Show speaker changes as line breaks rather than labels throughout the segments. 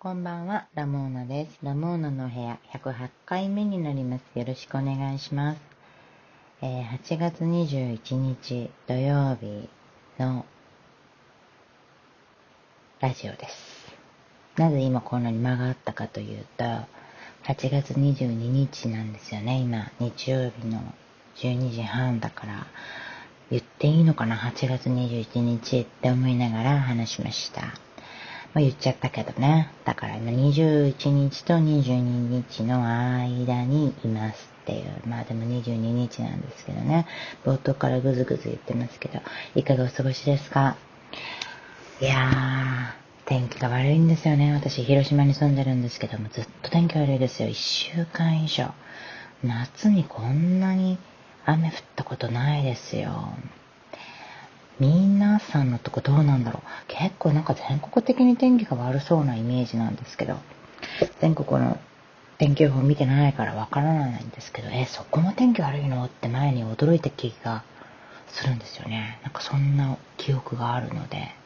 こんばんは、ラモーナです。ラモーナの部屋108回目になります。よろしくお願いします。8月21日土曜日のラジオです。なぜ今こんなに間があったかというと、8月22日なんですよね。今、日曜日の12時半だから、言っていいのかな、8月21日って思いながら話しました。言っちゃったけどね。だから今21日と22日の間にいますっていう。でも22日なんですけどね。冒頭からぐずぐず言ってますけど、いかがお過ごしですか？いやー、天気が悪いんですよね。私、広島に住んでるんですけども、ずっと天気悪いですよ。1週間以上。夏にこんなに雨降ったことないですよ。皆さんのとこどうなんだろう。結構全国的に天気が悪そうなイメージなんですけど、全国の天気予報見てないからわからないんですけど、そこも天気悪いのって前に驚いた気がするんですよね。そんな記憶があるので、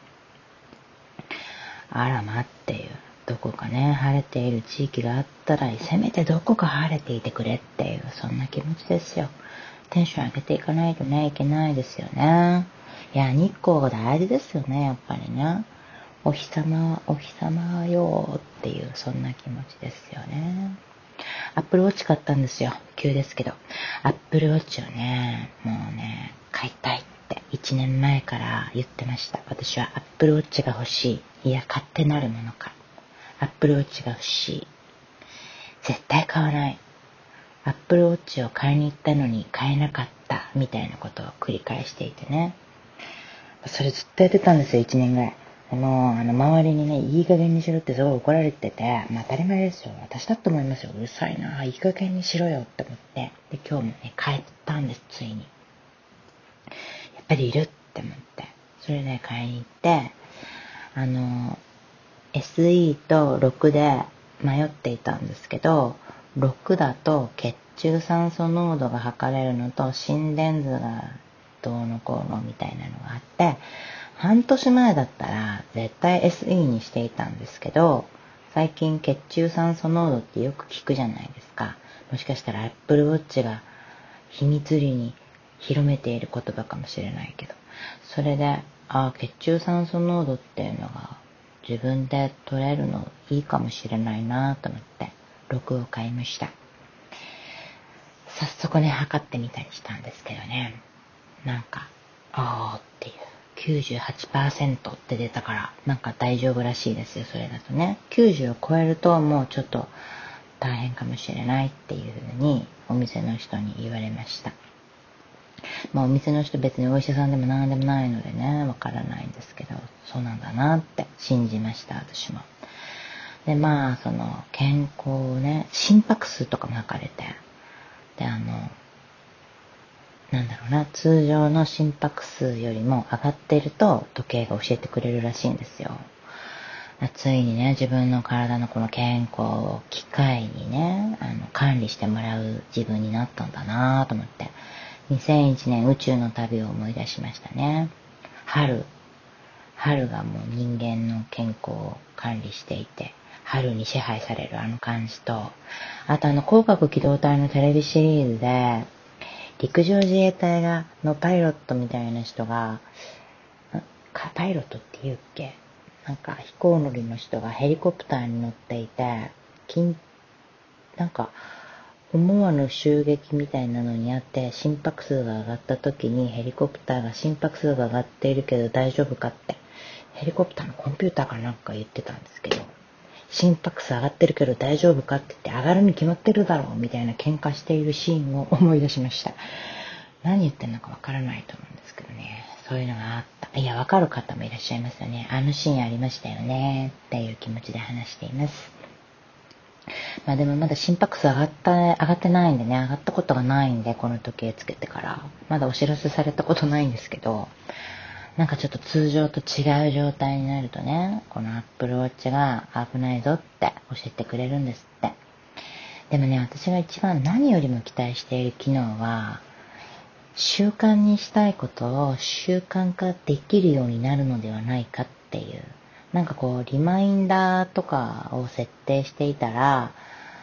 あらまっていう、どこかね、晴れている地域があったら、せめてどこか晴れていてくれっていう、そんな気持ちですよ。テンション上げていかないとね、いけないですよね。いや、日光が大事ですよね、やっぱりね。お日様よっていう、そんな気持ちですよね。アップルウォッチ買ったんですよ。急ですけど。アップルウォッチをね、もうね、買いたいって1年前から言ってました。私はアップルウォッチが欲しい。いや、買ってなるものか。アップルウォッチが欲しい。絶対買わない。アップルウォッチを買いに行ったのに買えなかったみたいなことを繰り返していてね。それずっとやってたんですよ、1年ぐらい。もう、周りにね、いい加減にしろってすごい怒られてて、当たり前ですよ。私だと思いますよ。うるさいな、いい加減にしろよって思って。で、今日もね、帰ったんです、ついに。やっぱりいるって思って。それで買いに行って、SE と6で迷っていたんですけど、6だと血中酸素濃度が測れるのと心電図がどうのこうのみたいなのがあって、半年前だったら絶対 SE にしていたんですけど、最近血中酸素濃度ってよく聞くじゃないですか。もしかしたら Apple Watch が秘密裏に広めている言葉かもしれないけど、それで血中酸素濃度っていうのが自分で取れるのいいかもしれないなと思って6を買いました。早速ね、測ってみたりしたんですけどね、っていう98% って出たから大丈夫らしいですよ。それだとね、90を超えるともうちょっと大変かもしれないっていうふうにお店の人に言われました。お店の人別にお医者さんでも何でもないのでね、わからないんですけど、そうなんだなって信じました、私も。で、その健康をね、心拍数とかも測れて、で、通常の心拍数よりも上がっていると時計が教えてくれるらしいんですよ。ついにね、自分の体のこの健康を機械にね、管理してもらう自分になったんだなと思って、2001年宇宙の旅を思い出しましたね。春がもう人間の健康を管理していて、春に支配されるあの感じと、あと広角機動隊のテレビシリーズで、陸上自衛隊のパイロットみたいな人が、パイロットって言うっけ？飛行乗りの人がヘリコプターに乗っていて、思わぬ襲撃みたいなのにあって心拍数が上がった時に、ヘリコプターが心拍数が上がっているけど大丈夫かってヘリコプターのコンピューターか言ってたんですけど、心拍数上がってるけど大丈夫かって言って、上がるに決まってるだろうみたいな喧嘩しているシーンを思い出しました。何言ってんのかわからないと思うんですけどね、そういうのがあった。いや、わかる方もいらっしゃいますよね。あのシーンありましたよねっていう気持ちで話しています。でもまだ心拍数上がってないんでね、上がったことがないんで、この時計つけてからまだお知らせされたことないんですけど、ちょっと通常と違う状態になるとね、この Apple Watch が危ないぞって教えてくれるんですって。でもね、私が一番何よりも期待している機能は、習慣にしたいことを習慣化できるようになるのではないかっていう、 なんかこう、リマインダーとかを設定していたら、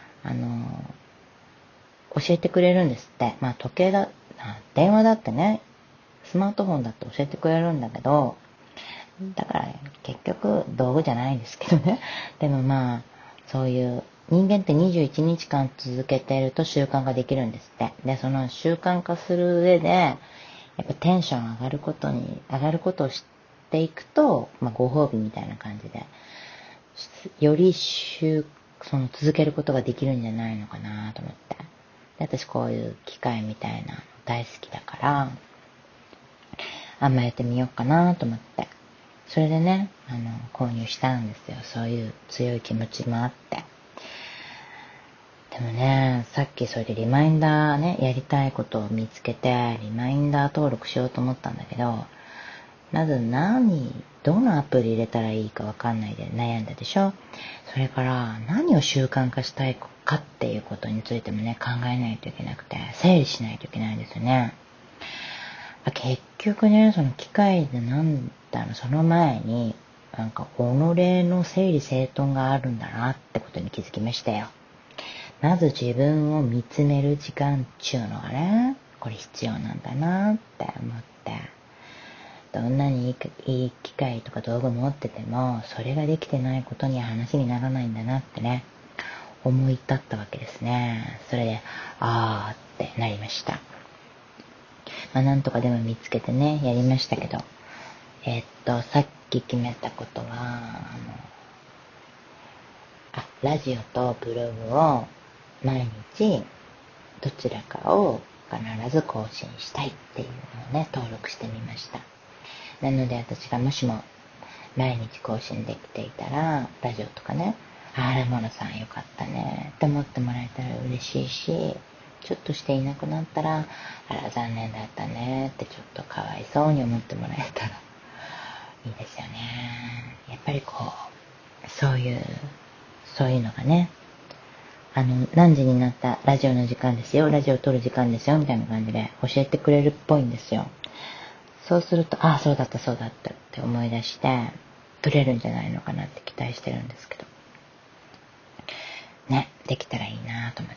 教えてくれるんですって。まあ時計だ、電話だってね、スマートフォンだって教えてくれるんだけど、だから結局道具じゃないんですけどね。でもまあ、そういう人間って21日間続けてると習慣ができるんですって。で、その習慣化する上で、やっぱテンション上がることをしていくと、まあご褒美みたいな感じで、より続けることができるんじゃないのかなと思って。で、私こういう機械みたいなの大好きだから、やってみようかなと思って。それでね、購入したんですよ。そういう強い気持ちもあって。でもね、さっきそれでリマインダーね、やりたいことを見つけて、リマインダー登録しようと思ったんだけど、まずどのアプリ入れたらいいかわかんないで悩んだでしょ。それから何を習慣化したいかっていうことについてもね、考えないといけなくて、整理しないといけないんですよね。結局ね、その機械でその前に、なんか己の整理整頓があるんだなってことに気づきましたよ。まず自分を見つめる時間っていうのがね、これ必要なんだなって思って。どんなにいい機械とか道具持ってても、それができてないことには話にならないんだなってね、思い立ったわけですね。それで、あーってなりました。なんとかでも見つけてね、やりましたけど、さっき決めたことは、ラジオとブログを毎日どちらかを必ず更新したいっていうのをね、登録してみました。なので私がもしも毎日更新できていたら、ラジオとかね、ラモノさんよかったねって思ってもらえたら嬉しいし、ちょっとしていなくなったら、残念だったねってちょっとかわいそうに思ってもらえたらいいですよね。やっぱりそういうのがね、何時になったラジオの時間ですよ、ラジオを撮る時間ですよ、みたいな感じで教えてくれるっぽいんですよ。そうすると、そうだったって思い出して、撮れるんじゃないのかなって期待してるんですけど。ね、できたらいいなと思って。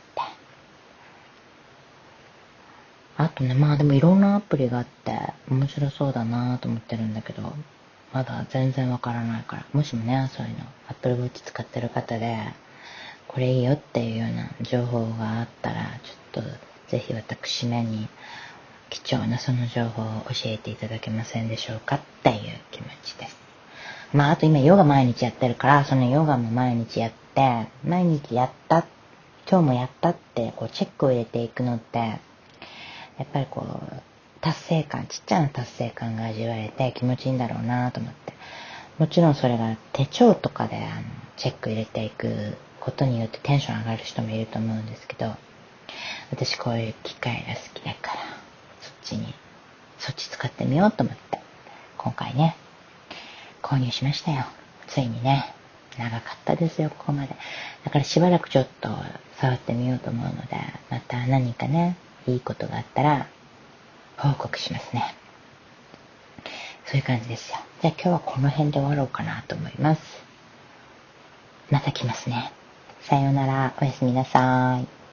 あとね、でもいろんなアプリがあって、面白そうだなと思ってるんだけど、まだ全然わからないから、もしもね、そういうの、Apple Watch 使ってる方で、これいいよっていうような情報があったら、ちょっとぜひ私めに貴重なその情報を教えていただけませんでしょうかっていう気持ちです。あと今ヨガ毎日やってるから、そのヨガも毎日やって、毎日やった、今日もやったってチェックを入れていくのって、やっぱり達成感、ちっちゃな達成感が味わえて気持ちいいんだろうなと思って。もちろんそれが手帳とかでチェック入れていくことによってテンション上がる人もいると思うんですけど、私こういう機械が好きだから、そっち使ってみようと思って、今回ね、購入しましたよ。ついにね、長かったですよ、ここまで。だからしばらくちょっと触ってみようと思うので、また何かね、いいことがあったら、報告しますね。そういう感じですよ。じゃあ今日はこの辺で終わろうかなと思います。また来ますね。さようなら、おやすみなさい。